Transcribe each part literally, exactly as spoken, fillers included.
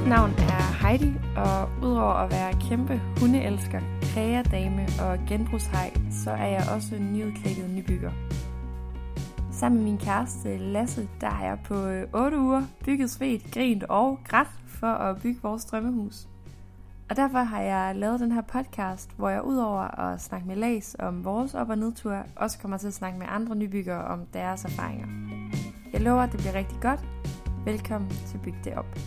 navn er Heidi, og udover at være kæmpe hundeelsker, krægerdame og genbrugshaj, så er jeg også en nyudklækket nybygger. Sammen med min kæreste Lasse, der har jeg på otte uger bygget, svedt, grint og grædt for at bygge vores drømmehus. Og derfor har jeg lavet den her podcast, hvor jeg udover at snakke med Lasse om vores op- og nedtur, også kommer til at snakke med andre nybyggere om deres erfaringer. Jeg lover, at det bliver rigtig godt. Velkommen til Byg det op.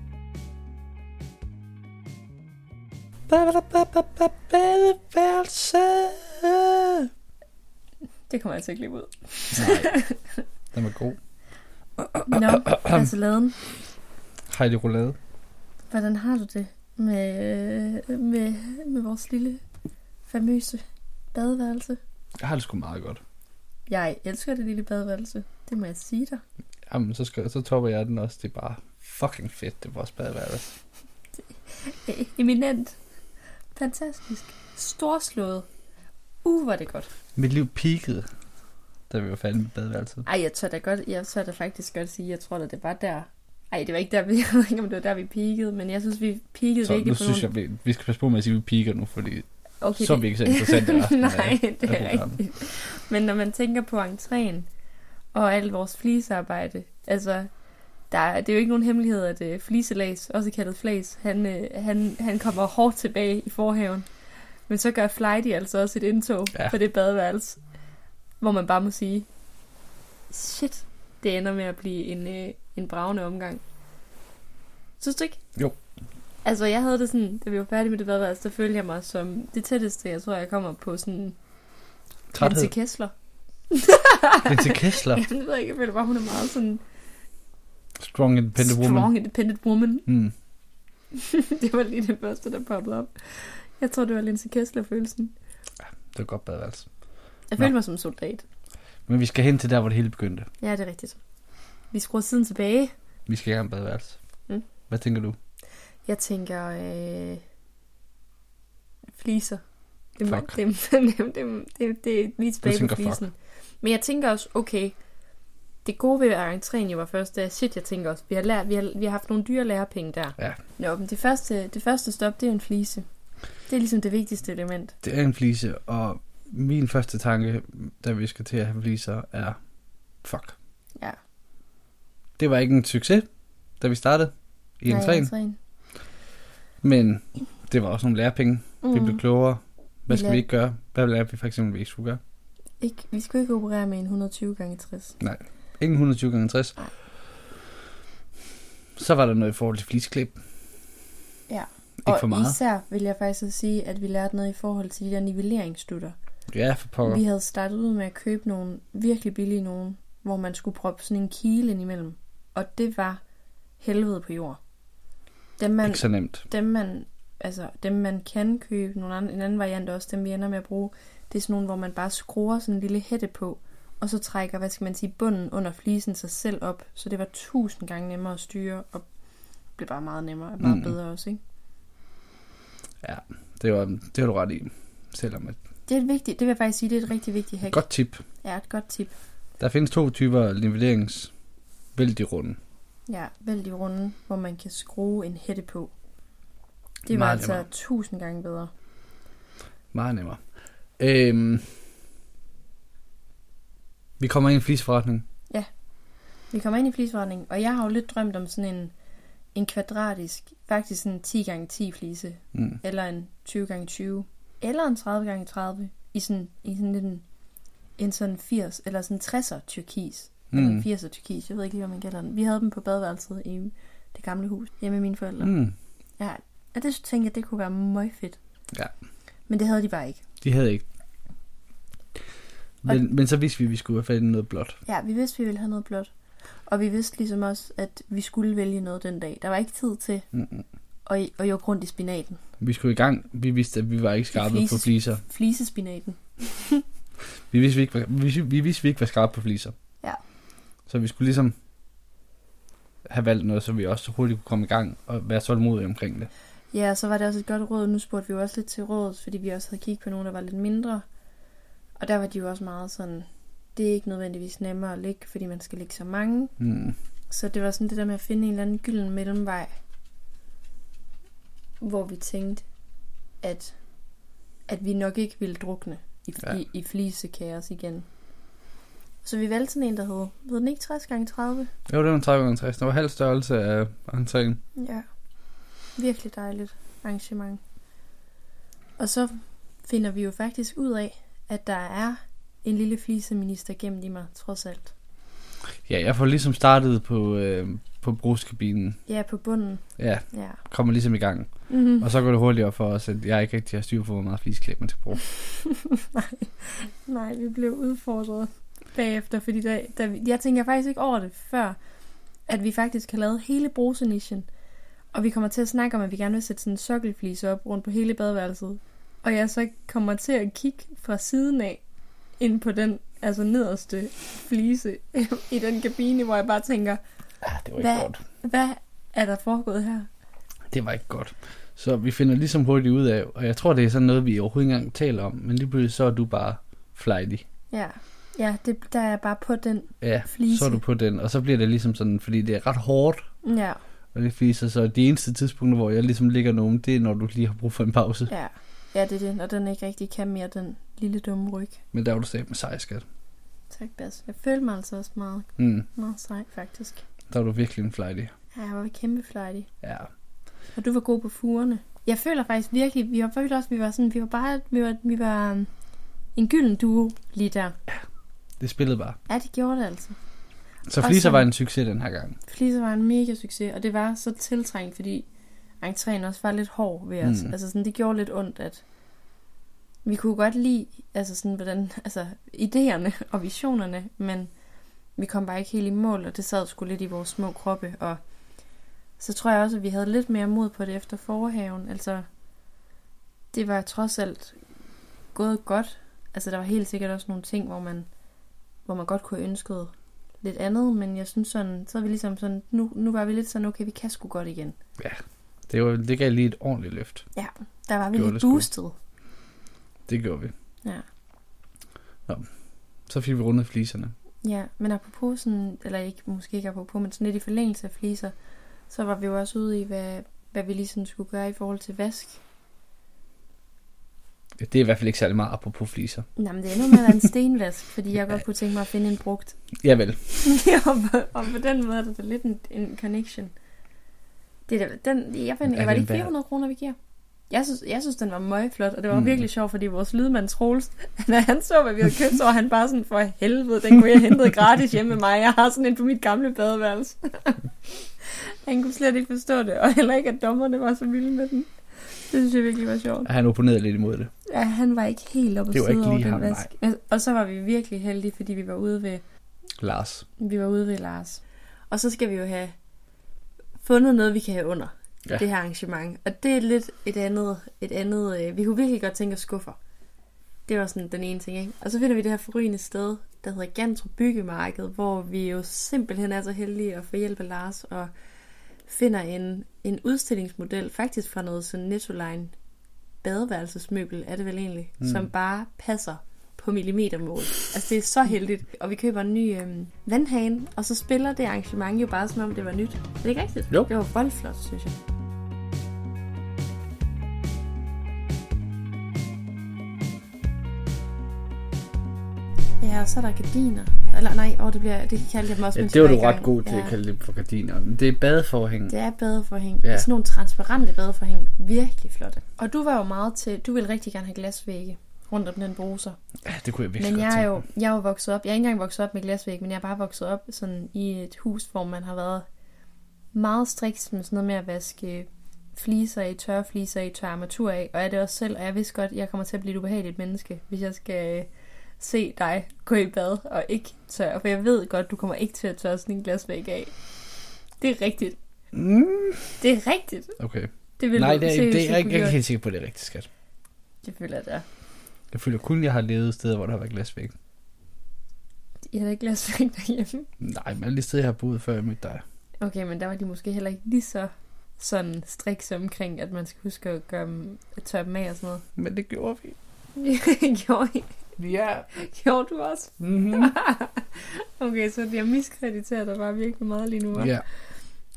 Badeværelse. Det kommer altså ikke lige ud. Nej, den var god. Nå, altså laden. Heidi Roulade. Hvordan har du det med, med, med vores lille, famøse badeværelse? Jeg har det sgu meget godt. Jeg elsker det lille badeværelse. Det må jeg sige dig. Jamen, så, skal, så topper jeg den også. Det er bare fucking fedt, det er vores badeværelse. Eminent. Fantastisk. Storslået. Uh, var det godt. Mit liv peakede, da vi var færdige med badeværelset. Ej, jeg tør da godt, jeg tør da faktisk godt sige, jeg tror da, det var der. Ej, det var ikke der, vi, jeg ved ikke, om det var der, vi peakede, men jeg synes, vi peakede så virkelig nu på synes nogle... jeg, vi, vi skal passe på med at sige, at vi peaker nu, fordi okay, så er vi ikke så interessante resten. Nej, det er af rigtigt. Men når man tænker på entréen og alt vores flisearbejde, altså, der, det er jo ikke nogen hemmelighed, at uh, fliselæs, også kaldet flæs, han, uh, han, han kommer hårdt tilbage i forhaven. Men så gør Flighty altså også et indtog ja. på det badeværelse, hvor man bare må sige, shit, det ender med at blive en, øh, en bravende omgang. Synes du ikke? Jo. Altså, jeg havde det sådan, da vi var færdige med det badeværelse, der følte jeg mig som det tætteste, jeg tror, jeg kommer på sådan... Hanse Kessler. Hanse Kessler? Jeg ved ikke, jeg føler bare, hun er meget sådan... Strong independent woman. Strong independent woman. Mm. Det var lige det første, der poppede op. Jeg tror, det var Linse Kessler-følelsen. Ja, det var godt badeværelse. Jeg følte mig som en soldat. Men vi skal hen til der, hvor det hele begyndte. Ja, det er rigtigt. Vi skruer siden tilbage. Vi skal have en badeværelse. Mm. Hvad tænker du? Jeg tænker... Øh... Fliser. Det, fuck. Det, det, det, det, det, det er lige tilbage på flisen. Fuck. Men jeg tænker også, okay... Det gode ved at entréen jo var først, det er shit, jeg tænker også. Vi har, lært, vi har, vi har haft nogle dyre lærepenge der. Ja. Nå, men det første, det første stop, det er jo en flise. Det er ligesom det vigtigste element. Det er en flise, og min første tanke, da vi skal til at have fliser, er fuck. Ja. Det var ikke en succes, da vi startede i entréen. Men det var også nogle lærepenge. Mm. Vi blev klogere. Hvad skal vi, vi ikke gøre? Hvad lærte vi for eksempel, vi ikke skulle gøre? Ikke, vi skulle ikke operere med en et hundrede og tyve gange tres. Nej, ikke en et hundrede og tyve gange tres. Nej. Så var der noget i forhold til flisklip. Ja. Ikke for meget. Og især vil jeg faktisk sige, at vi lærte noget i forhold til de der nivelleringsstutter. Ja, for pokker. Vi havde startet ud med at købe nogle virkelig billige nogle, hvor man skulle proppe sådan en kile ind imellem. Og det var helvede på jord. Dem man, ikke så nemt. Dem man, altså, dem man kan købe, nogle andre, en anden variant også, dem vi ender med at bruge, det er sådan nogle, hvor man bare skruer sådan en lille hætte på, og så trækker, hvad skal man sige, bunden under flisen sig selv op. Så det var tusind gange nemmere at styre, og blev bare meget nemmere, meget mm. bedre også, ikke? Ja, det var, det var du ret i, selvom at... Det er et vigtigt, det vil jeg faktisk sige, det er et rigtig vigtigt hack. Godt tip. Ja, et godt tip. Der findes to typer nivellerings vældig runde. Ja, vældig runde, hvor man kan skrue en hætte på. Det var meget altså nemmere. tusind gange bedre. Meget nemmere. Øhm, vi kommer ind i fliseforretningen. Ja, vi kommer ind i fliseforretningen, og jeg har jo lidt drømt om sådan en, en kvadratisk, faktisk en ti gange ti flise, mm. eller en tyve gange tyve, eller en tredive gange tredive, i sådan, i sådan en, en sådan firs, eller sådan tresser turkis, mm. eller en firser turkis, jeg ved ikke lige, hvad man kalder den. Vi havde dem på badeværelset i det gamle hus, hjemme med mine forældre. Mm. Ja, og det tænkte jeg, det kunne være meget fedt. Ja. Men det havde de bare ikke. De havde ikke. Men, men så vidste vi, at vi skulle i hvert fald noget blåt. Ja, vi vidste, at vi ville have noget blåt. Og vi vidste ligesom også, at vi skulle vælge noget den dag. Der var ikke tid til mm-hmm. at, at jogge rundt i spinaten. Vi skulle i gang. Vi vidste, at vi var ikke skarpe Flises, på fliser. Flisespinaten. vi, vidste, vi, ikke var, vi, vi vidste, at vi ikke var skarpe på fliser. Ja. Så vi skulle ligesom have valgt noget, så vi også så hurtigt kunne komme i gang og være tålmodige omkring det. Ja, så var det også et godt råd. Nu spurgte vi jo også lidt til rådet, fordi vi også havde kigget på nogle, der var lidt mindre. Og der var de jo også meget sådan, det er ikke nødvendigvis nemmere at ligge, fordi man skal ligge så mange. Mm. Så det var sådan det der med at finde en eller anden gylden mellemvej. hvor vi tænkte, at, at vi nok ikke ville drukne i, ja. i, i flisekaos igen. Så vi valgte sådan en, der hed, hed den ikke tres gange tredive? Jo, det var tredive gange tres. Det var halv størrelse af entréen. Ja, virkelig dejligt arrangement. Og så finder vi jo faktisk ud af, at der er en lille fliseminister gennem i mig, trods alt. Ja, jeg får ligesom startet på, øh, på brugskabinen. Ja, på bunden. Ja, ja. Kommer ligesom i gang. Mm-hmm. Og så går det hurtigere for os, at jeg ikke rigtig har styr på, hvor meget flisklæb man skal bruge. nej, nej, vi blev udfordret bagefter, fordi der, der, jeg tænker faktisk ikke over det før, at vi faktisk har lavet hele brugsenichen, og vi kommer til at snakke om, at vi gerne vil sætte sådan en sokkelflise op rundt på hele badeværelset, og jeg så kommer til at kigge fra siden af, ind på den altså nederste flise i den kabine, hvor jeg bare tænker, ah, det var ikke hvad, godt. Hvad er der foregået her? Det var ikke godt. Så vi finder ligesom hurtigt ud af, og jeg tror, det er sådan noget, vi overhovedet ikke engang taler om, men lige pludselig så er du bare flighty. Ja, ja det, der er bare på den ja, flise. Så er du på den, og så bliver det ligesom sådan, fordi det er ret hårdt. Ja. Og det fliser, så de eneste tidspunkter, hvor jeg ligesom ligger nogen, det er, når du lige har brug for en pause. Ja, ja det er det, og den ikke rigtig kan mere, den lille dumme ryg. Men der var du stadig med sej, skat. Tak, Bas. Jeg følte mig altså også meget, mm. meget sej, faktisk. Der var du virkelig en flighty. Ja, jeg var kæmpe flighty. Ja. Og du var god på fugerne. Jeg føler faktisk virkelig, vi var følte også, vi var sådan, vi var bare, vi var, vi var um, en gylden duo lige der. Ja, det spillede bare. Ja, det gjorde det altså. Så fliser var en succes den her gang. Fliser var en mega succes, og det var så tiltrængt, fordi entréen også var lidt hård ved os. Mm. Altså sådan, det gjorde lidt ondt, at vi kunne godt lide, altså sådan, hvordan, altså idéerne og visionerne, men vi kom bare ikke helt i mål, og det sad sgu lidt i vores små kroppe, og så tror jeg også, at vi havde lidt mere mod på det efter forhaven. Altså, det var trods alt gået godt. Altså, der var helt sikkert også nogle ting, hvor man, hvor man godt kunne have ønsket lidt andet, men jeg synes sådan, så er vi ligesom sådan, nu, nu var vi lidt sådan, okay, vi kan sgu godt igen. Ja, det, var, det gav lige et ordentligt løft. Ja, der var vi gjorde lidt boosted. Det gjorde vi. Ja. Nå, så fik vi rundet fliserne. Ja, men apropos sådan, eller ikke, måske ikke apropos, men sådan lidt i forlængelse af fliser, så var vi jo også ude i, hvad, hvad vi lige sådan skulle gøre i forhold til vask. Ja, det er i hvert fald ikke særlig meget apropos fliser. Nej, men det er endnu med at være en stenvask, fordi jeg ja. godt kunne tænke mig at finde en brugt. Ja vel. og, på, og på den måde er der lidt en, en connection. Det er den, jeg finder, ja, var det ikke fire hundrede kroner, vi giver? Jeg synes, jeg synes, den var møgflot, og det var mm. virkelig sjovt, fordi vores lydmand Troels, når han så, hvad vi havde købt, så var han bare sådan, for helvede, den kunne jeg hente gratis hjemme med mig. Jeg har sådan en på mit gamle badeværelse. Han kunne slet ikke forstå det, og heller ikke, at dommerne var så vilde med den. Det synes jeg virkelig var sjovt. Han opponerede lidt imod det. Ja, han var ikke helt oppe at sidde over den ham, vask. Nej. Og så var vi virkelig heldige, fordi vi var ude ved Lars. Vi var ude ved Lars. Og så skal vi jo have fundet noget, vi kan have under ja. det her arrangement. Og det er lidt et andet, et andet øh, vi kunne virkelig godt tænke os skuffer. Det var sådan den ene ting, ikke? Og så finder vi det her forrygende sted, der hedder Gantro Byggemarked, hvor vi jo simpelthen er så heldige at få hjælp af Lars og finder en, en udstillingsmodel, faktisk fra noget sådan Nettoline badeværelsesmøbel, er det vel egentlig, mm. som bare passer på millimetermål. Altså det er så heldigt. Og vi køber en ny øhm, vandhane, og så spiller det arrangement jo bare som om det var nyt. Er det ikke rigtigt? Jo. Det var voldflot, synes jeg. Ja, og så er der gardiner. Eller nej, åh, det bliver, det kalder jeg dem også. Ja, det var du ret god til ja. at kalde dem for gardiner. Men det er badeforhæng. Det er badeforhæng. Ja. Det er sådan nogle transparente badeforhæng. Virkelig flotte. Og du var jo meget til, du ville rigtig gerne have glasvægge rundt om den bruser. Ja, det kunne jeg virkelig men godt jeg er jo, jeg er jo vokset op, jeg er ikke engang vokset op med glasvæg, men jeg er bare vokset op sådan i et hus, hvor man har været meget striks med sådan noget med at vaske fliser i, tørre fliser i, tørre armatur af, og er det også selv, og jeg vidste godt, at jeg kommer til at blive et ubehageligt menneske, hvis jeg skal se dig gå i bad og ikke tørre, for jeg ved godt, du kommer ikke til at tørre sådan en glasvæg af. Det er rigtigt. Mm. Det er rigtigt. Okay. Det vil Nej, du det er, se, det er, jeg er ikke gjort. helt sikker på, at det er rigtigt, skat. Det føler jeg, det er. Jeg føler kun, jeg har levet steder, hvor der har været glasvæg. Jeg havde ikke glasvæg derhjemme. Nej, men alle de steder, jeg har boet, før jeg mødte dig. Okay, men der var de måske heller ikke lige så sådan strikse omkring, at man skal huske at gøre dem, at tørre dem af og sådan noget. Men det gjorde vi. Gjorde I? Ja. Gjorde du også? Mm-hmm. Okay, så jeg miskrediterer dig bare virkelig meget lige nu. Ja.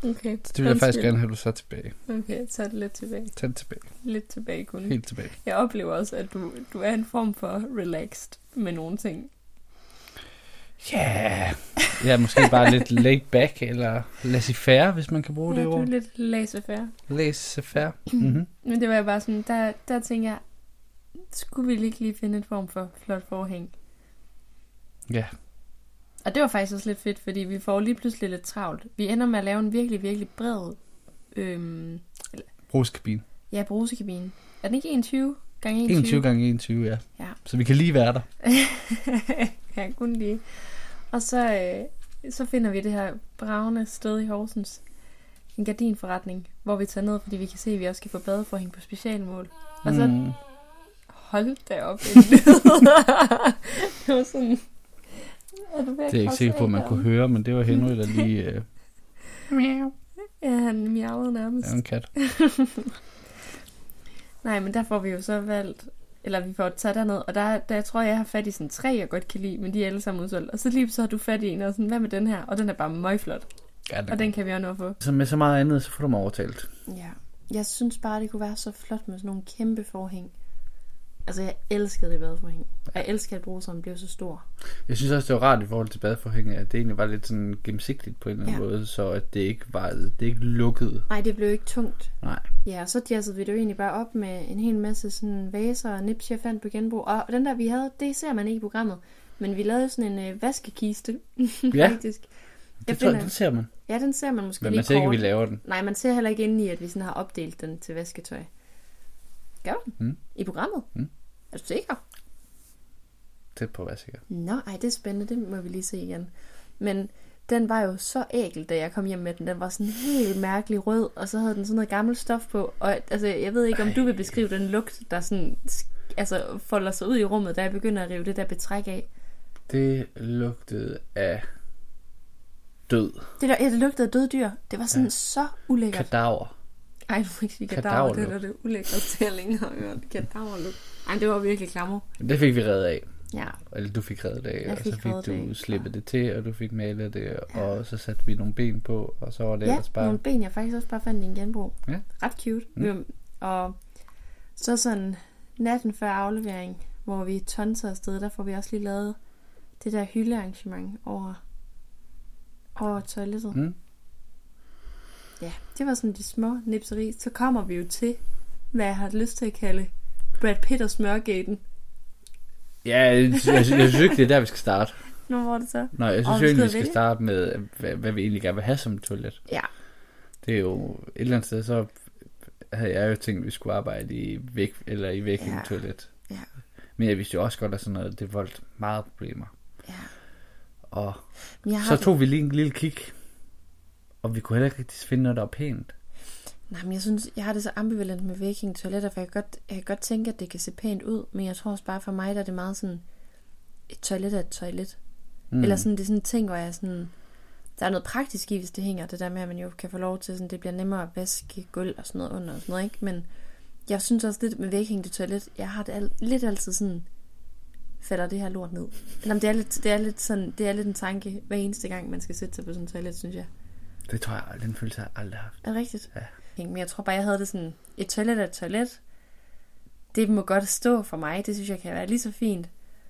Okay. Så det vil jeg faktisk gerne have, du så tilbage. Okay, så er det lidt tilbage. Tag det tilbage. Lidt tilbage kun. Helt tilbage. Jeg oplever også, at du, du er en form for relaxed med nogle ting. Ja, yeah. Jeg er måske bare lidt laid back, eller laissez-faire, hvis man kan bruge ja, det ord. Ja, du er lidt laissez-faire. Laissez-faire. Mm-hmm. Men det var bare sådan, der, der tænker jeg, skulle vi ikke lige finde en form for flot forhæng? Ja. Yeah. Og det var faktisk også lidt fedt, fordi vi får lige pludselig lidt travlt. Vi ender med at lave en virkelig, virkelig bred... Øhm, brusekabine. Ja, brusekabine. Er den ikke enogtyve gange enogtyve? enogtyve gange enogtyve, ja. Ja. Så vi kan lige være der. Ja, kun lige. Og så, øh, så finder vi det her bravende sted i Horsens. En gardinforretning, hvor vi tager ned, fordi vi kan se, at vi også kan få badeforhæng på specialmål. Og så... Mm. Hold da op. Det var sådan... Er du det er jeg ikke sikker på, at man kunne høre, men det var Henry, der lige... Øh... Ja, han miavede nærmest. Ja, en kat. Nej, men der får vi jo så valgt, eller vi får taget derned, og der, der jeg tror jeg, jeg har fat i sådan tre, jeg godt kan lide, men de er alle sammen udsolgt. Og så lige så har du fat i en, og sådan, hvad med den her? Og den er bare møgflot. Ja, den og den kan vi også nå få. Så med så meget andet, så får du mig overtalt. Ja, jeg synes bare, det kunne være så flot med sådan nogle kæmpe forhæng. Altså, jeg elskede det badeforhæng. Jeg elsker, at bruseren blev så stor. Jeg synes også, det var rart i forhold til badeforhænget, at det egentlig var lidt sådan gennemsigtigt på en eller anden ja. måde, så at det ikke var det ikke lukkede. Nej, det blev ikke tungt. Nej. Ja, så jazzede vi det jo egentlig bare op med en hel masse sådan vaser og nips, jeg fandt på genbrug. Og den der, vi havde, det ser man ikke i programmet. Men vi lavede sådan en øh, vaskekiste, ja. faktisk. Det tror jeg, den ser man. Ja, den ser man måske men lige man ser ikke, at vi laver den. Nej, man ser heller ikke inde i, at vi sådan har opdelt den til vasketøj. Gør den? Mm. I programmet? Mm. Er du sikker? Tæt på at være sikker. Nå, ej, det er spændende, det må vi lige se igen. Men den var jo så ækel, da jeg kom hjem med den. Den var sådan helt mærkelig rød, og så havde den sådan noget gammelt stof på. Og altså, jeg ved ikke, om du vil beskrive den lugt, der sådan, altså, folder sig ud i rummet, da jeg begynder at rive det der betræk af. Det lugtede af død. Det, der, ja, det lugtede af døde dyr. Det var sådan ja. så ulækkert. Kadaver. Ej, du må ikke sige kadaver. Det er det ulækkert til at længere høre. Kadaverlugt. Ej, det var virkelig klammer. Det fik vi reddet af. Ja. Eller du fik reddet af, jeg og fik så fik du det, slippet ja. det til, og du fik malet det, ja. og så satte vi nogle ben på, og så var det ja, ellers bare... nogle ben, jeg faktisk også bare fandt i en genbrug. Ja. Ret cute. Mm. Og så sådan natten før aflevering, hvor vi tonser afsted, der får vi også lige lavet det der hyldearrangement over, over toilettet. Mm. Ja, det var sådan de små nipseri. Så kommer vi jo til, hvad jeg har lyst til at kalde Brad Pitt og smørgaten. Ja, jeg, jeg, jeg synes ikke, det er der, vi skal starte. Nå, hvor er det så? Nej, jeg synes jo egentlig, vi skal starte med, hvad, hvad vi egentlig gerne vil have som toilet. Ja. Det er jo et eller andet sted, så havde jeg jo tænkt, at vi skulle arbejde i væk, eller i vækking-toilet. Ja. Men jeg vidste jo også godt, at sådan noget, det voldt meget problemer. Ja. Og så tog vi lige en lille kig, og vi kunne heller ikke rigtig finde noget, der var pænt. Nej, men jeg synes, jeg har det så ambivalent med vækking-toiletter, for jeg kan, godt, jeg kan godt tænke, at det kan se pænt ud, men jeg tror også bare for mig, der er det meget sådan, et toilet er et toilet. Mm. Eller sådan, det er sådan en ting, hvor jeg sådan, der er noget praktisk i, hvis det hænger, det der med, at man jo kan få lov til, sådan, det bliver nemmere at vaske gulv og sådan noget under og sådan noget, ikke? Men jeg synes også lidt med vækking til toilet, jeg har det al- lidt altid sådan, falder det her lort ned. Eller det er lidt, det er lidt sådan, det er lidt en tanke, hver eneste gang, man skal sætte sig på sådan en toilet, synes jeg. Det tror jeg, den følelse har jeg aldrig haft. Er det rigtigt? Ja. Men jeg tror bare, jeg havde det sådan, et toilet er et toilet. Det må godt stå for mig. Det synes jeg kan være lige så fint.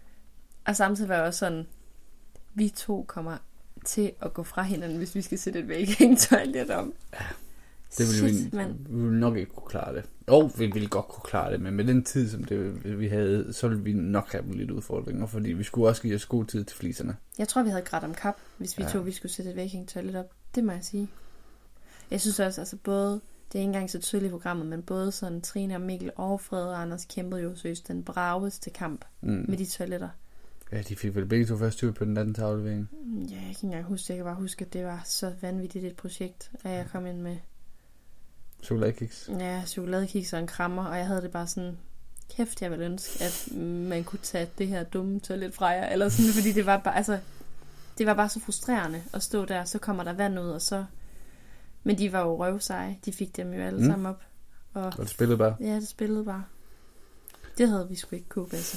Og samtidig var jeg også sådan, vi to kommer til at gå fra hinanden, hvis vi skal sætte et vækking-toilet om. Ja, det ville Shit, vi, vi ville nok ikke kunne klare det. Jo, vi ville godt kunne klare det, men med den tid, som det, vi havde, så ville vi nok have lidt udfordringer, fordi vi skulle også give os god tid til fliserne. Jeg tror, vi havde grædt om kap, hvis vi ja. to vi skulle sætte et vækking-toilet op. Det må jeg sige. Jeg synes også, altså både, det er ikke engang så tydeligt i programmet, men både sådan Trine og Mikkel og Fred og Anders kæmpede jo seriøst den braveste kamp mm. med de toiletter. Ja, de fik vel begge to først styr på den anden aflevering. Ja, jeg kan ikke engang huske, jeg kan bare huske, at det var så vanvittigt et projekt, at jeg kom ind med chokoladekiks. Ja, chokoladekiks og en krammer, og jeg havde det bare sådan, kæft, jeg ville ønske, at man kunne tage det her dumme toilet fra jer, eller sådan, fordi det var bare, altså, det var bare så frustrerende at stå der, så kommer der vand ud, og så, men de var jo røvseje, de fik dem jo alle mm. sammen op. Og, og det spillede bare? Ja, det spillede bare. Det havde vi sgu ikke kunne, Basse.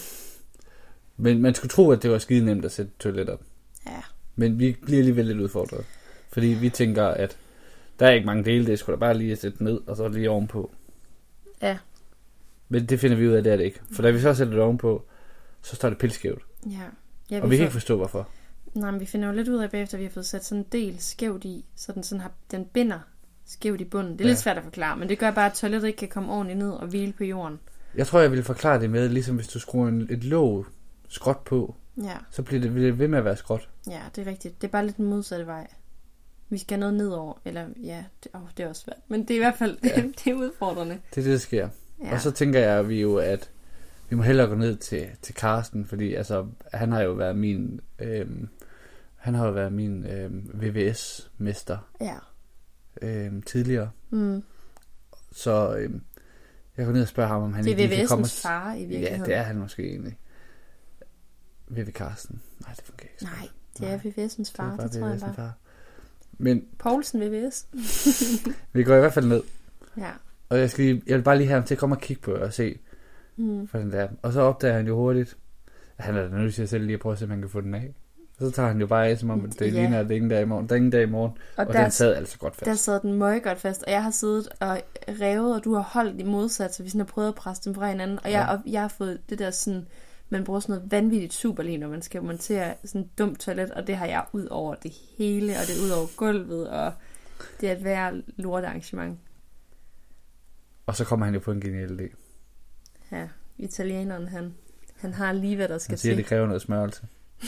Men man skulle tro, at det var skide nemt at sætte toilet op. Ja. Men vi bliver alligevel lidt udfordret. Fordi vi tænker, at Der er ikke mange dele, det skulle da bare lige sætte ned, og så lige ovenpå. Ja. Men det finder vi ud af, det er det ikke. For da vi så sætter det ovenpå, så står det pilskævt. Ja. ja vi og vi kan får... ikke forstå, hvorfor. Nej, men vi finder jo lidt ud af bagefter, at vi har fået sat sådan en del skævt i, så den, sådan har, den binder skævt i bunden. Det er ja. lidt svært at forklare, men det gør bare, at toilettet ikke kan komme ordentligt ned og hvile på jorden. Jeg tror, jeg ville forklare det med, ligesom hvis du skruer en, et låg skråt på, ja. så bliver det, bliver det ved med at være skråt. Ja, det er rigtigt. Det er bare lidt den modsatte vej. Vi skal noget nedover, eller ja, det, åh, det er også svært. Men det er i hvert fald, ja. det, det er udfordrende. Det er det, der sker. Ja. Og så tænker jeg vi jo, at vi må hellere gå ned til, til Karsten, fordi altså, han har jo været min, øhm, han har jo været min øhm, V V S-mester ja. øhm, tidligere. Mm. Så øhm, jeg går ned og spørger ham, om han det ikke kan komme. Det er V V S'ens far i virkeligheden. Ja, det er han måske egentlig. V V Karsten. Nej, det fungerer ikke. Nej, det er V V S'ens far, det, det tror jeg bare. Far. Men Poulsen V V S. vi går i hvert fald ned. Ja. Og jeg, skal lige, jeg vil bare lige have ham til at komme og kigge på og se, mm. for den der. Og så opdager han jo hurtigt, at han er da nødt til at selv lige at prøve at se, om han kan få den af. Og så tager han jo bare af, som om det ja. ligner, at det er ingen dag i morgen. Der er ingen dag i morgen. Og, og der, den sad altså godt fast. Der sad den meget godt fast, og jeg har siddet og revet, og du har holdt i modsat, så vi sådan har prøvet at presse dem fra hinanden. Og, ja. jeg, og jeg har fået det der sådan, man bruger sådan noget vanvittigt superlim, når man skal montere sådan et dumt toilet, og det har jeg ud over det hele, og det er ud over gulvet, og det er et værre lortearrangement. Og så kommer han jo på en genial idé. Ja, italieneren, han, han har lige, hvad der skal han siger, til. Det kræver noget smørelse.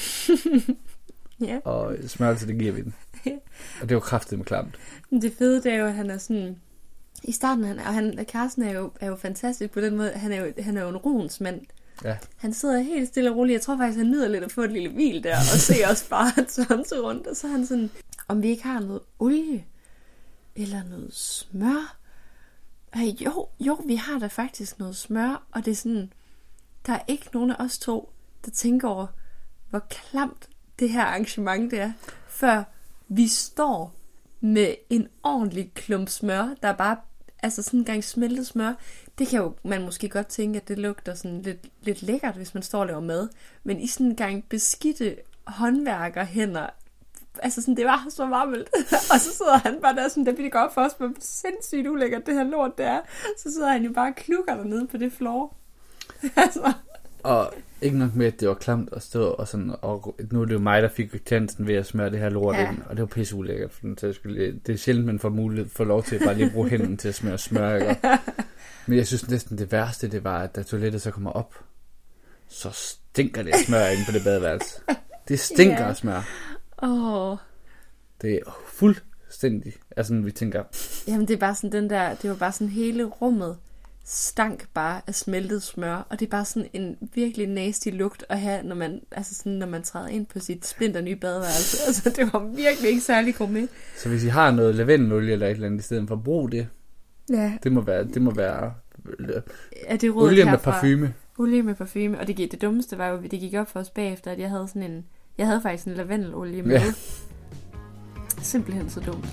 ja. Og smørelse, det giver vi den. Og det er jo kraftigt med klamt. Det fede, det er jo, at han er sådan... I starten, han, og han, Carsten er jo, er jo fantastisk på den måde. Han er jo, han er jo en roens mand. Ja. Han sidder helt stille og roligt. Jeg tror faktisk, han nyder lidt at få et lille hvil der, og se os bare tonse rundt. Og så er han sådan, om vi ikke har noget olie, eller noget smør. Øh, jo, jo, vi har da faktisk noget smør, og det er sådan, der er ikke nogen af os to, der tænker over, hvor klamt det her arrangement det er, før vi står med en ordentlig klump smør, der er bare, altså sådan en gang smeltet smør. Det kan jo man måske godt tænke, at det lugter sådan lidt, lidt lækkert, hvis man står og laver mad, men i sådan en gang beskidte håndværkerhænder, altså sådan, det var så varmt. Og så sidder han bare der sådan, der bliver det godt for os, hvor sindssygt ulækkert det her lort det er. Så sidder han jo bare og klukker dernede på det floor. altså. Og ikke nok med, at det var klamt at stå og sådan, og nu er det jo mig, der fik chancen ved at smøre det her lort ja. ind, og det var pisse ulækkert. For det er sjældent, man får mulighed for lov til at bare lige bruge hænden til at smøre smør, ikke? Men jeg synes næsten det værste, det var, at da toilettet så kommer op, så stinker det af smør inde på det badeværelse. Det stinker yeah. af smør. Åh. Oh. Det er fuldstændig, altså vi tænker... Jamen det er bare sådan den der, det var bare sådan hele rummet stank bare af smeltet smør, og det er bare sådan en virkelig nasty lugt at have, når man, altså sådan, når man træder ind på sit splinter nye badeværelse. Altså det var virkelig ikke særlig gourmet. Så hvis I har noget lavendelolie eller et eller andet i stedet for, brug det. Ja. Det må være, det må være ja, det olie med parfume. Olie med parfume, og det, gik, det dummeste var jo, det gik op for os bagefter, at jeg havde sådan en, jeg havde faktisk en lavendelolie med. Ja. Simpelthen så dumt.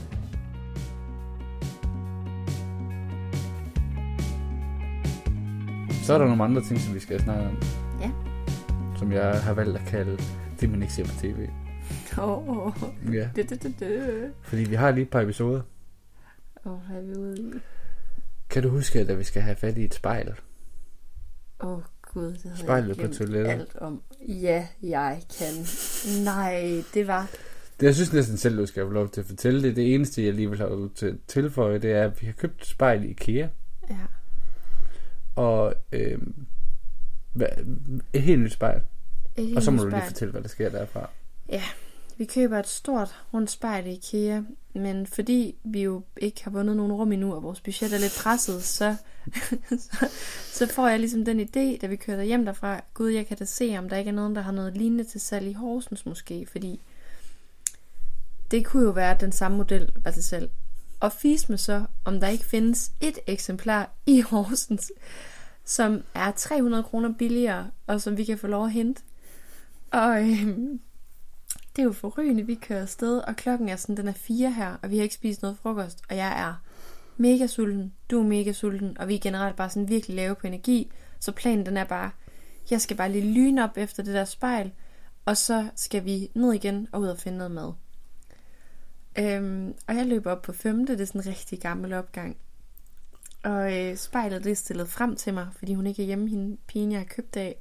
Så er der nogle andre ting, som vi skal snakke om. Ja. Som jeg har valgt at kalde det, man ikke ser på tv. Åh. Oh, ja. Det, det, det, det. Fordi vi har lige et par episoder. Åh, oh, hvad er vi ude i? Kan du huske, at vi skal have fat i et spejl? Åh, oh, gud, det havde Spejlet jeg på toilettet. Alt om. Ja, jeg kan. Nej, det var... Det, jeg synes næsten selv, du skal have lov til at fortælle det. Det eneste, jeg lige vil have til at tilføje, det er, at vi har købt et spejl i IKEA. Ja. Og øh, et helt nyt spejl. Et og så må du spejl. lige fortælle, hvad der sker derfra. Ja, vi køber et stort rundt spejl i IKEA, men fordi vi jo ikke har vundet nogen rum endnu, og vores budget er lidt presset, så, så, så får jeg ligesom den idé, da vi kører hjem derfra, gud, jeg kan da se, om der ikke er nogen, der har noget lignende til salg i Horsens måske, fordi det kunne jo være den samme model bare til salg. Og fis med så, om der ikke findes et eksemplar i Horsens, som er tre hundrede kroner billigere, og som vi kan få lov at hente. Og øhm, det er jo forrygende, vi kører afsted, og klokken er sådan, den er fire her, og vi har ikke spist noget frokost, og jeg er mega sulten, du er mega sulten, og vi er generelt bare sådan virkelig lave på energi, så planen den er bare, jeg skal bare lige lyne op efter det der spejl, og så skal vi ned igen og ud og finde noget mad. Øhm, og jeg løber op på femte, det er sådan en rigtig gammel opgang. Og øh, spejlet det er stillet frem til mig, fordi hun ikke er hjemme, hende pigen jeg har købt af.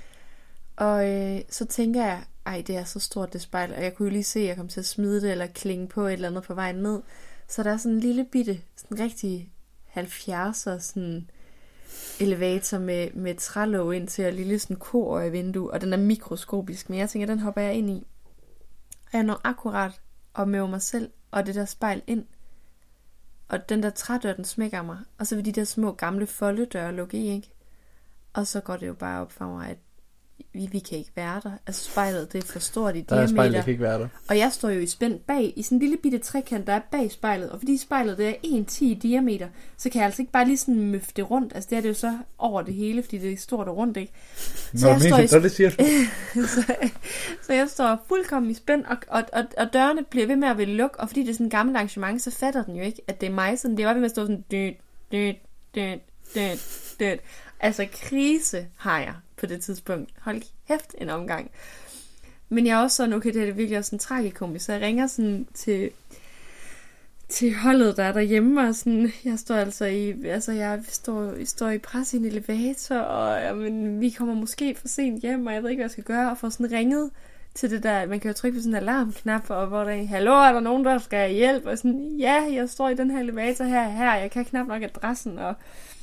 Og øh, så tænker jeg, ej det er så stort det spejl, og jeg kunne jo lige se, at jeg kom til at smide det, eller klinge på et eller andet på vejen ned. Så der er sådan en lille bitte, sådan rigtig halvfjerdser sådan elevator med, med trælåg ind til, og lille sådan koøjevindue, og den er mikroskopisk, men jeg tænker, den hopper jeg ind i. Og jeg når akkurat at møve mig selv, og det der spejl ind. Og den der trædør, den smækker mig. Og så vil de der små gamle foldedøre lukke i, ikke? Og så går det jo bare op for mig, at vi, vi kan ikke være der. Altså spejlet, det er for stort i der diameter. Der er spejlet, kan ikke være der. Og jeg står jo i spænd bag, i sådan en lille bitte trekant, der er bag spejlet. Og fordi spejlet, det er en komma ti i diameter, så kan jeg altså ikke bare lige sådan møfte det rundt. Altså det er det jo så over det hele, fordi det er stort og rundt, ikke? Så Nå, jeg står i spænd. Det siger du. så, så jeg står fuldkommen i spænd, og, og, og, og dørene bliver ved med at ville lukke. Og fordi det er sådan et gammelt arrangement, så fatter den jo ikke, at det er mig. Så den bliver ved med at stå sådan... Død, død, død, død, død. Altså krise har jeg på det tidspunkt. Hold kæft en omgang. Men jeg er også sådan, okay, det er det virkelig også en tragikomisk. Så jeg ringer sådan til, til holdet, der er derhjemme, og sådan, jeg står altså i, altså jeg står, jeg står i pres i en elevator, og jamen, vi kommer måske for sent hjem, og jeg ved ikke, hvad jeg skal gøre, og får sådan ringet til det der, man kan jo trykke på sådan en alarmknap, og hvor der er, hallo, er der nogen, der skal have hjælp? Og sådan, ja, jeg står i den her elevator her, her, jeg kan knap nok adressen, og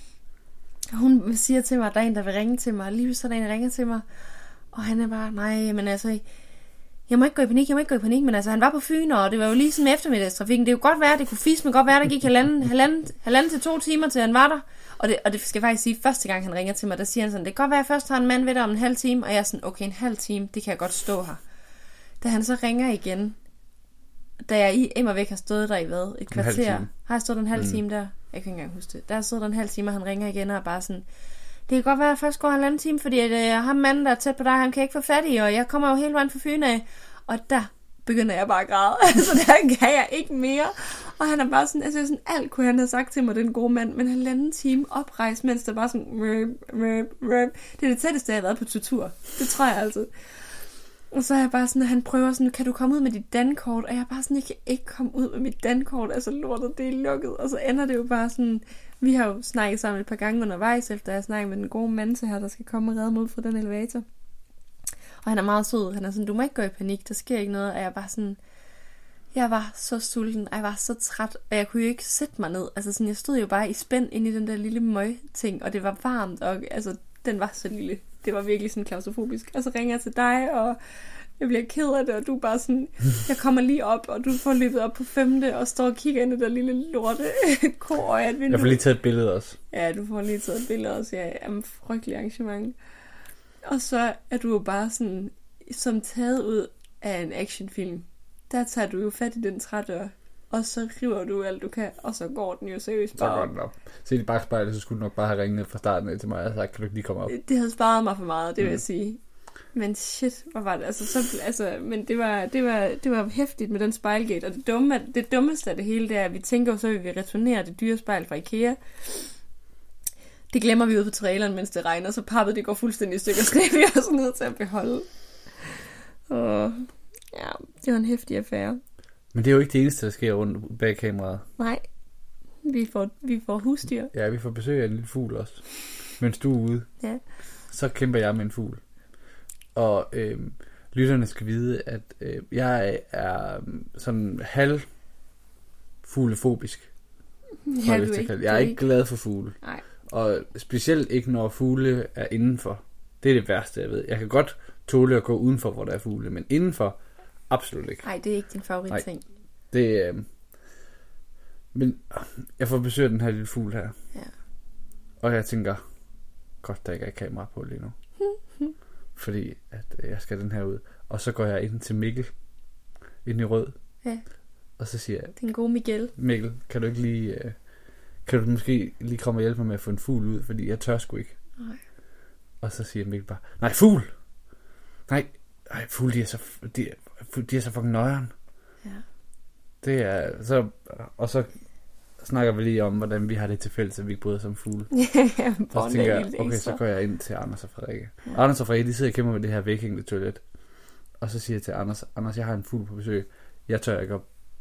hun siger til mig, at der er en, der vil ringe til mig, og lige så er der en, der ringer til mig, og han er bare, nej, men altså, jeg må ikke gå i panik, jeg må ikke gå i panik, men altså, han var på Fyn, og det var jo lige sådan med eftermiddagstrafikken, det kunne godt være, det kunne fisk, men godt være, der gik halvanden, halvanden, halvanden til to timer, til han var der, og det, og det skal jeg faktisk sige, første gang han ringer til mig, der siger han sådan, det kan godt være, at jeg først har en mand ved dig om en halv time, og jeg er sådan, okay, en halv time, det kan jeg godt stå her. Da han så ringer igen, da jeg i immer væk har stået der i hvad, et kvarter, har jeg stået en halv time der, jeg kan ikke engang huske det, der har stået en halv time, og han ringer igen, og er bare sådan, det kan godt være, at jeg først går en anden time, fordi at, øh, ham manden, der er tæt på dig, han kan ikke få fat i, og jeg kommer jo hele vejen fra Fyn af, og der begynder jeg bare at græde, altså der kan jeg ikke mere, og han er bare sådan, altså sådan, alt kunne han have sagt til mig, den gode mand, men halvanden time oprejst, mens der bare sådan, røp, røp, røp. Det er det tætteste, jeg har været på tortur, det tror jeg altså. Og så er jeg bare sådan, at han prøver sådan, kan du komme ud med dit dankort? Og jeg er bare sådan, jeg kan ikke komme ud med mit dankort, altså lortet, det er lukket. Og så ender det jo bare sådan, vi har jo snakket sammen et par gange undervejs, efter jeg har snakket med den gode mand til her, der skal komme og redde mig ud fra den elevator. Og han er meget sød, han er sådan, du må ikke gå i panik, der sker ikke noget. Og jeg er bare sådan, jeg var så sulten, og jeg var så træt, og jeg kunne jo ikke sætte mig ned. Altså sådan, jeg stod jo bare i spænd inde i den der lille møg-ting, og det var varmt, og altså, den var så lille. Det var virkelig sådan klaustrofobisk. Og så ringer jeg til dig, og jeg bliver ked af det, og du er bare sådan, jeg kommer lige op, og du får løbet op på femte, og står og kigger ind i det lille lorte koøje. Jeg får lige taget et billede også. Ja, du får lige taget et billede også, ja, jamen, frygtelig arrangement. Og så er du jo bare sådan, som taget ud af en actionfilm. Der tager du jo fat i den trædør, og så river du alt du kan, og så går den jo seriøst bare. Så godt nok. Se i bagspejlet, så skulle du nok bare have ringet fra starten af til mig, og sagt, kan du ikke lige komme op? Det havde sparet mig for meget, det vil mm. jeg sige. Men shit, hvor var det? Altså, så, altså, men det var, det, var, det var hæftigt med den spejlgate, og det, dumme, det dummeste af det hele, det er, at vi tænker jo så, at vi vil returnere det dyre spejl fra IKEA. Det glemmer vi ude på traileren, mens det regner, så pappet det går fuldstændig i stykker, så det er vi også nødt til at beholde. Og ja, det var en hæftig affære. Men det er jo ikke det eneste, der sker rundt bag kameraet. Nej, vi får, vi får husdyr. Ja, vi får besøg af en lille fugl også. Mens du er ude, ja. Så kæmper jeg med en fugl. Og øh, lytterne skal vide, at øh, jeg er sådan halv fuglefobisk. Ja, du ikke, jeg er ikke glad for fugle. Nej. Og specielt ikke, når fugle er indenfor. Det er det værste, jeg ved. Jeg kan godt tåle at gå udenfor, hvor der er fugle, men indenfor, absolut ikke. Nej, det er ikke din favoritting. Nej, det øh, men jeg får besøg af den her lille fugl her. Ja. Og jeg tænker, godt, der ikke er kamera på lige nu. Fordi at jeg skal den her ud. Og så går jeg ind til Mikkel, ind i rød. Ja. Og så siger jeg, den gode Miguel. Mikkel, kan du ikke lige, øh, kan du måske lige komme og hjælpe mig med at få en fugl ud, fordi jeg tør sgu ikke. Nej. Og så siger Mikkel bare, nej, fugl! Nej, nej, fugl, de er så, de, de er så fucking nøjeren. Ja. Det er, så, og så snakker vi lige om, hvordan vi har det til fælles, at vi ikke bryder som fugle. Ja, og så tænker jeg, okay, så går jeg ind til Anders og Frederikke. Ja. Anders og Frederikke, de sidder og kæmper med det her væghængende toilet. Og så siger jeg til Anders, Anders, jeg har en fugl på besøg. Jeg tør ikke at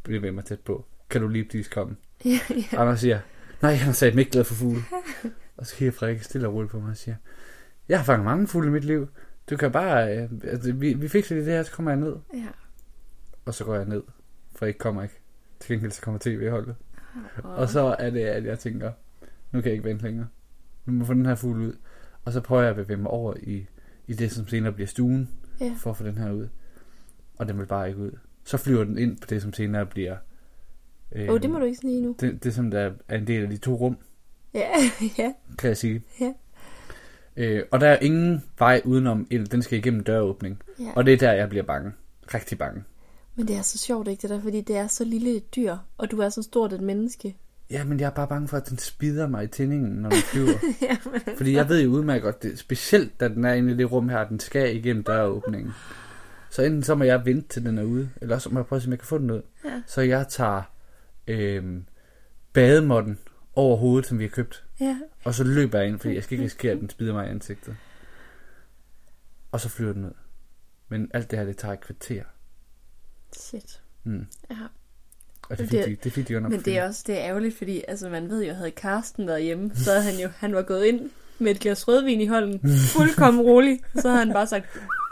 bevæge mig tæt på. Kan du lige please komme? Ja, ja. Og han siger, nej, han sagde mig ikke glad for fugle. Og så kigger Frederik stille og roligt på mig og siger, jeg har fanget mange fugle i mit liv. Du kan bare, øh, altså, vi, vi fikser det her, så kommer jeg ned. Ja. Og så går jeg ned. Frederik kommer ikke. Til gengæld så kommer tv-holdet. Oh. Og så er det, at jeg tænker, nu kan jeg ikke vente længere. Nu må jeg få den her fugl ud. Og så prøver jeg at bevæge mig over i, i det, som senere bliver stuen, ja. For at få den her ud. Og den vil bare ikke ud. Så flyver den ind på det, som senere bliver... Åh, øh, oh, det må du ikke sige nu. Det, det som der er en del af de to rum. Ja, ja. Kan jeg sige. Ja. Øh, og der er ingen vej udenom ild. Den skal igennem døråbning. Ja. Og det er der, jeg bliver bange. Rigtig bange. Men det er så sjovt, ikke det der? Fordi det er så lille et dyr, og du er så stort et menneske. Ja, men jeg er bare bange for, at den spider mig i tændingen, når den flyver. Ja, altså. Fordi jeg ved jo udmærket godt, det, specielt da den er inde i det rum her, at den skal igennem døråbningen. Så enten så må jeg vente til den er ude, eller så må jeg prøve at se, om jeg kan få den ud. Ja. Så jeg tager øh, bademåtten over hovedet, som vi har købt. Ja. Og så løber jeg ind, fordi jeg skal ikke risikere, at den spider mig i ansigtet. Og så flyver den ud. Men alt det her, det tager et kvarter. Shit. Mm. Ja. Og det fik, det, de, det fik de jo nok. Men det er også det er ærgerligt, fordi altså, man ved jo, havde Karsten været hjemme, så havde han jo han var gået ind med et glas rødvin i hånden, fuldkommen rolig, så havde han bare sagt,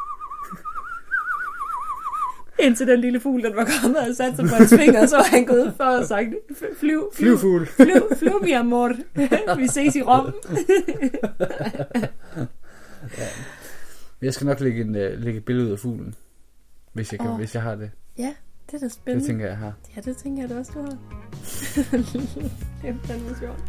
indtil den lille fugl, den var kommet og sat sig på hans finger, så var han gået for og sagt, flyv, flyv, flyv, flyv, flyv, mi amor, vi ses i Rom. Ja. Jeg skal nok lægge, en, uh, lægge et billede ud af fuglen, hvis jeg, kan, oh. hvis jeg har det. Ja, det er da spændende. Det tænker jeg, jeg har. Ja, det tænker jeg da også, du har. Det er fandme sjovt.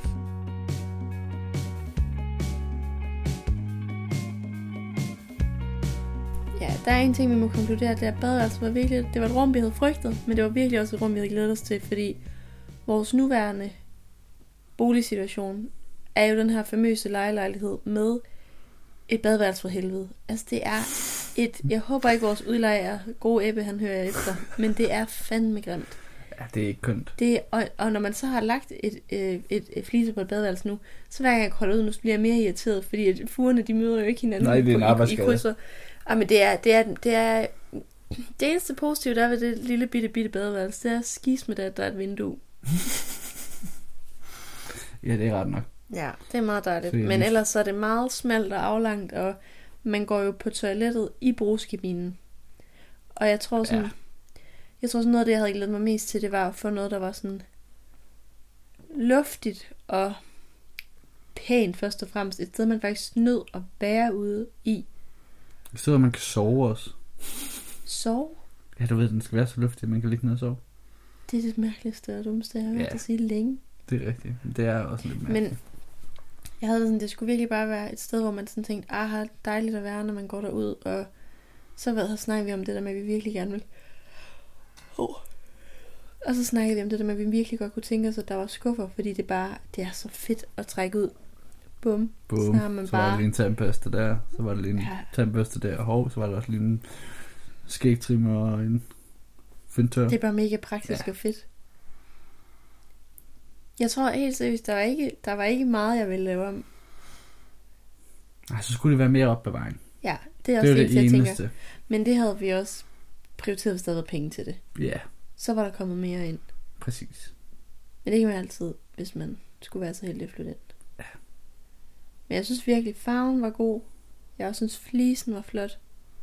Ja, der er en ting, vi må konkludere, det er, at badeværelset var virkelig, det var et rum, vi havde frygtet, men det var virkelig også et rum, vi havde glædet os til, fordi vores nuværende boligsituation er jo den her famøse lejelejlighed med et badeværelse for helvede. Altså det er et, jeg håber ikke vores udlejer gode Ebbe, han hører efter, men det er fandme grimt. Ja, det er ikke kønt. Det, og, og når man så har lagt et, et, et, et flise på et badeværelse nu, så hver gang jeg holder ud, nu bliver jeg mere irriteret, fordi at fugerne, de møder jo ikke hinanden. Nej, det er en arbejdsskade. Ja, men det er, det er, det er, det eneste positive, der er ved det lille bitte, bitte badeværelse, det er skis med det, at der er et vindue. Ja, det er ret nok. Ja, det er meget dejligt. Men ellers så er det meget smalt og aflangt, og man går jo på toilettet i brugskabinen. Og jeg tror sådan, ja. jeg tror sådan noget af det, jeg havde glædet mig mest til, det var at få noget, der var sådan luftigt og pænt først og fremmest. Et sted, man faktisk nød at bære ude i. Et sted, hvor man kan sove også. Sove? Ja, du ved, den skal være så luftig, at man kan ligge ned og sove. Det er det mærkeligste og dummeste, jeg har hørt ja. at sige længe. Det er rigtigt. Det er også lidt mærkeligt. Men jeg havde sådan, det skulle virkelig bare være et sted, hvor man sådan tænkte, ah, dejligt at være, når man går derud. Og så hvad, så snakkede vi om det der med, at vi virkelig gerne vil. Oh. Og så snakkede vi om det der med, at vi virkelig godt kunne tænke os, at der var skuffer, fordi det bare, det er så fedt at trække ud. Bum. Bum. Så, man så bare... var det lige en tandbørste der, så var det lige en ja. tandbørste der, og hov, så var der også lige en skægtrimmer og en fintør. Det er bare mega praktisk ja. og fedt. Jeg tror helt seriøst, der var ikke, der var ikke meget, jeg ville lave om. Nej, så skulle det være mere opbevaring. Ja, det er også det, det, det jeg tænker. Men det havde vi også prioriteret, hvis der havde penge til det. Ja. Yeah. Så var der kommet mere ind. Præcis. Men det kan man altid, hvis man skulle være så heldig at flytte ind. Ja. Men jeg synes virkelig, farven var god. Jeg også synes, flisen var flot.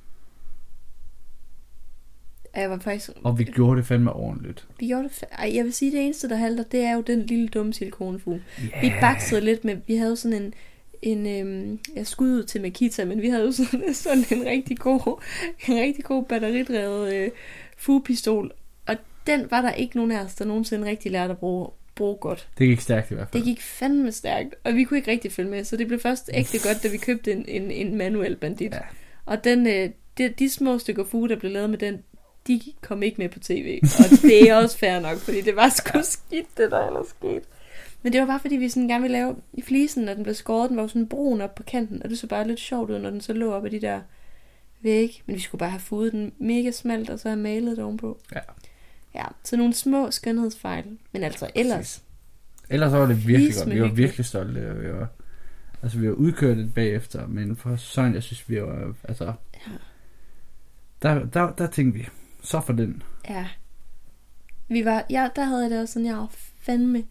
Jeg var faktisk... Og vi gjorde det fandme ordentligt. Vi gjorde det fa- Ej, jeg vil sige, det eneste, der halter, det er jo den lille dumme silikonefugl. Yeah. Vi baksede lidt med... Vi havde sådan en... en øhm, jeg skudde ud til Makita, men vi havde jo sådan, sådan en rigtig god... En rigtig god batteridrevet øh, fugepistol. Og den var der ikke nogen af os, der nogensinde rigtig lærte at bruge, bruge godt. Det gik stærkt i hvert fald. Det gik fandme stærkt. Og vi kunne ikke rigtig følge med. Så det blev først ægte godt, da vi købte en, en, en manuel bandit. Ja. Og den, øh, de, de små stykker fuge, der blev lavet med den, de kom ikke med på tv. Og det er også fair nok, fordi det var sgu ja. skidt, det der ellers skete. Men det var bare fordi, vi sådan gerne ville lave i flisen, når den blev skåret, den var jo sådan brun op på kanten, og det så bare lidt sjovt ud, når den så lå op af de der væg. Men vi skulle bare have fudet den mega smalt, og så have malet det ovenpå. Ja. Ja, så nogle små skønhedsfejl. Men altså ellers... Præcis. Ellers var det virkelig godt. Vi var virkelig stolte. Vi var, altså vi var udkørt lidt bagefter, men for sådan, jeg synes, vi var... Altså, ja. der, der, der tænkte vi, så for den. Ja. Vi var, ja, der havde jeg det også sådan, jeg var fandme,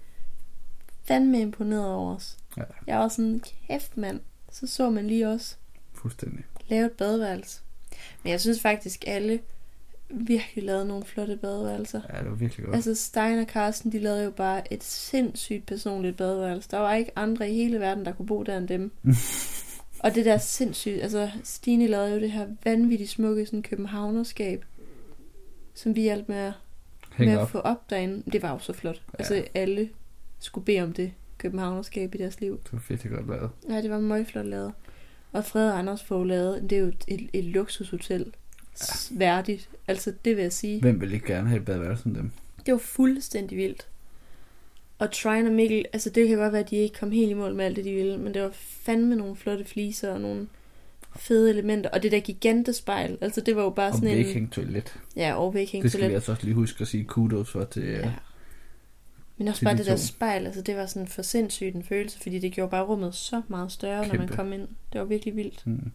fandme imponeret over os. Ja. Jeg var sådan, kæft mand, så så man lige også. Fuldstændig. Lave et badeværelse. Men jeg synes faktisk, alle virkelig lavede nogle flotte badeværelser. Ja, det var virkelig godt. Altså Stein og Carsten, de lavede jo bare et sindssygt personligt badeværelse. Der var ikke andre i hele verden, der kunne bo der end dem. Og det der sindssygt, altså Stine lavede jo det her vanvittigt smukke sådan københavnerskab, som vi hjalp med at, med at få op derinde. Det var jo så flot. Ja. Altså alle skulle bede om det københavnerskab i deres liv. Det var fedt godt lavet. Ja, det var meget flot lavet. Og Fred og Anders får lavet, det er jo et, et, et luksushotel. Ja. Værdigt. Altså det vil jeg sige. Hvem vil ikke gerne have et badeværelse som dem? Det var fuldstændig vildt. Og Trine og Mikkel, altså det kan godt være, at de ikke kom helt i mål med alt det, de ville, men det var fandme nogle flotte fliser og nogle fede elementer. Og det der gigantespejl, altså det var jo bare og sådan en... Og væghængt toilet. Ja, og væghængt toilet. Det skal vi altså også lige huske at sige kudos for til... Ja. Men også bare de det to. Der spejl, altså det var sådan for sindssygt en følelse, fordi det gjorde bare rummet så meget større, kæmpe. Når man kom ind. Det var virkelig vildt. Hmm.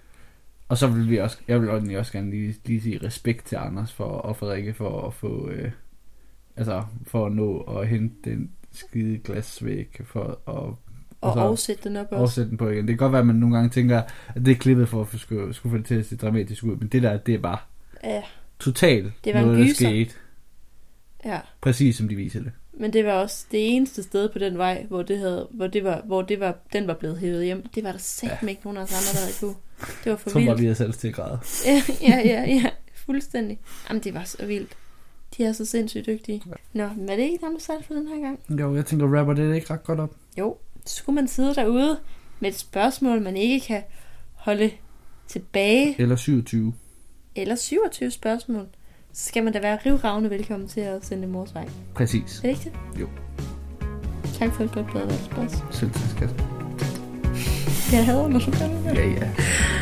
Og så vil vi også, jeg vil også gerne lige, lige sige respekt til Anders for, og Frederikke for at få, øh, altså for at nå at hente den skide glasvæg for at og, og oversætte den op også. Oversætte den på igen. Det kan godt være, at man nogle gange tænker, at det er klippet for at skulle, skulle få det til at se dramatisk ud, men det der, det er bare ja. Totalt det var noget, en der skete. Ja. Præcis som de viser det. Men det var også det eneste sted på den vej, hvor det havde, hvor det var, hvor det var, den var blevet hævet hjem. Det var der satme ja. Ikke nogen af os andre, der havde kunne. Det var for så vildt. Så var vi af selv til grad. ja, ja, ja, ja, fuldstændig. Jamen det var så vildt. De er så sindssygt dygtige. Ja. Nå, men er det ikke dem, der satte for den her gang? Jo, jeg tænker, rapper det ikke ret godt op. Jo, så skulle man sidde derude med et spørgsmål, man ikke kan holde tilbage. Eller syvogtyve. Eller syvogtyve spørgsmål. Så skal man da være rivravne velkommen til at sende dem vores vej. Præcis. Er det ikke det? Jo. Tak for et godt badeværelsesplads. Selv tak, skat. Jeg hader, når du gør det. Ja, ja.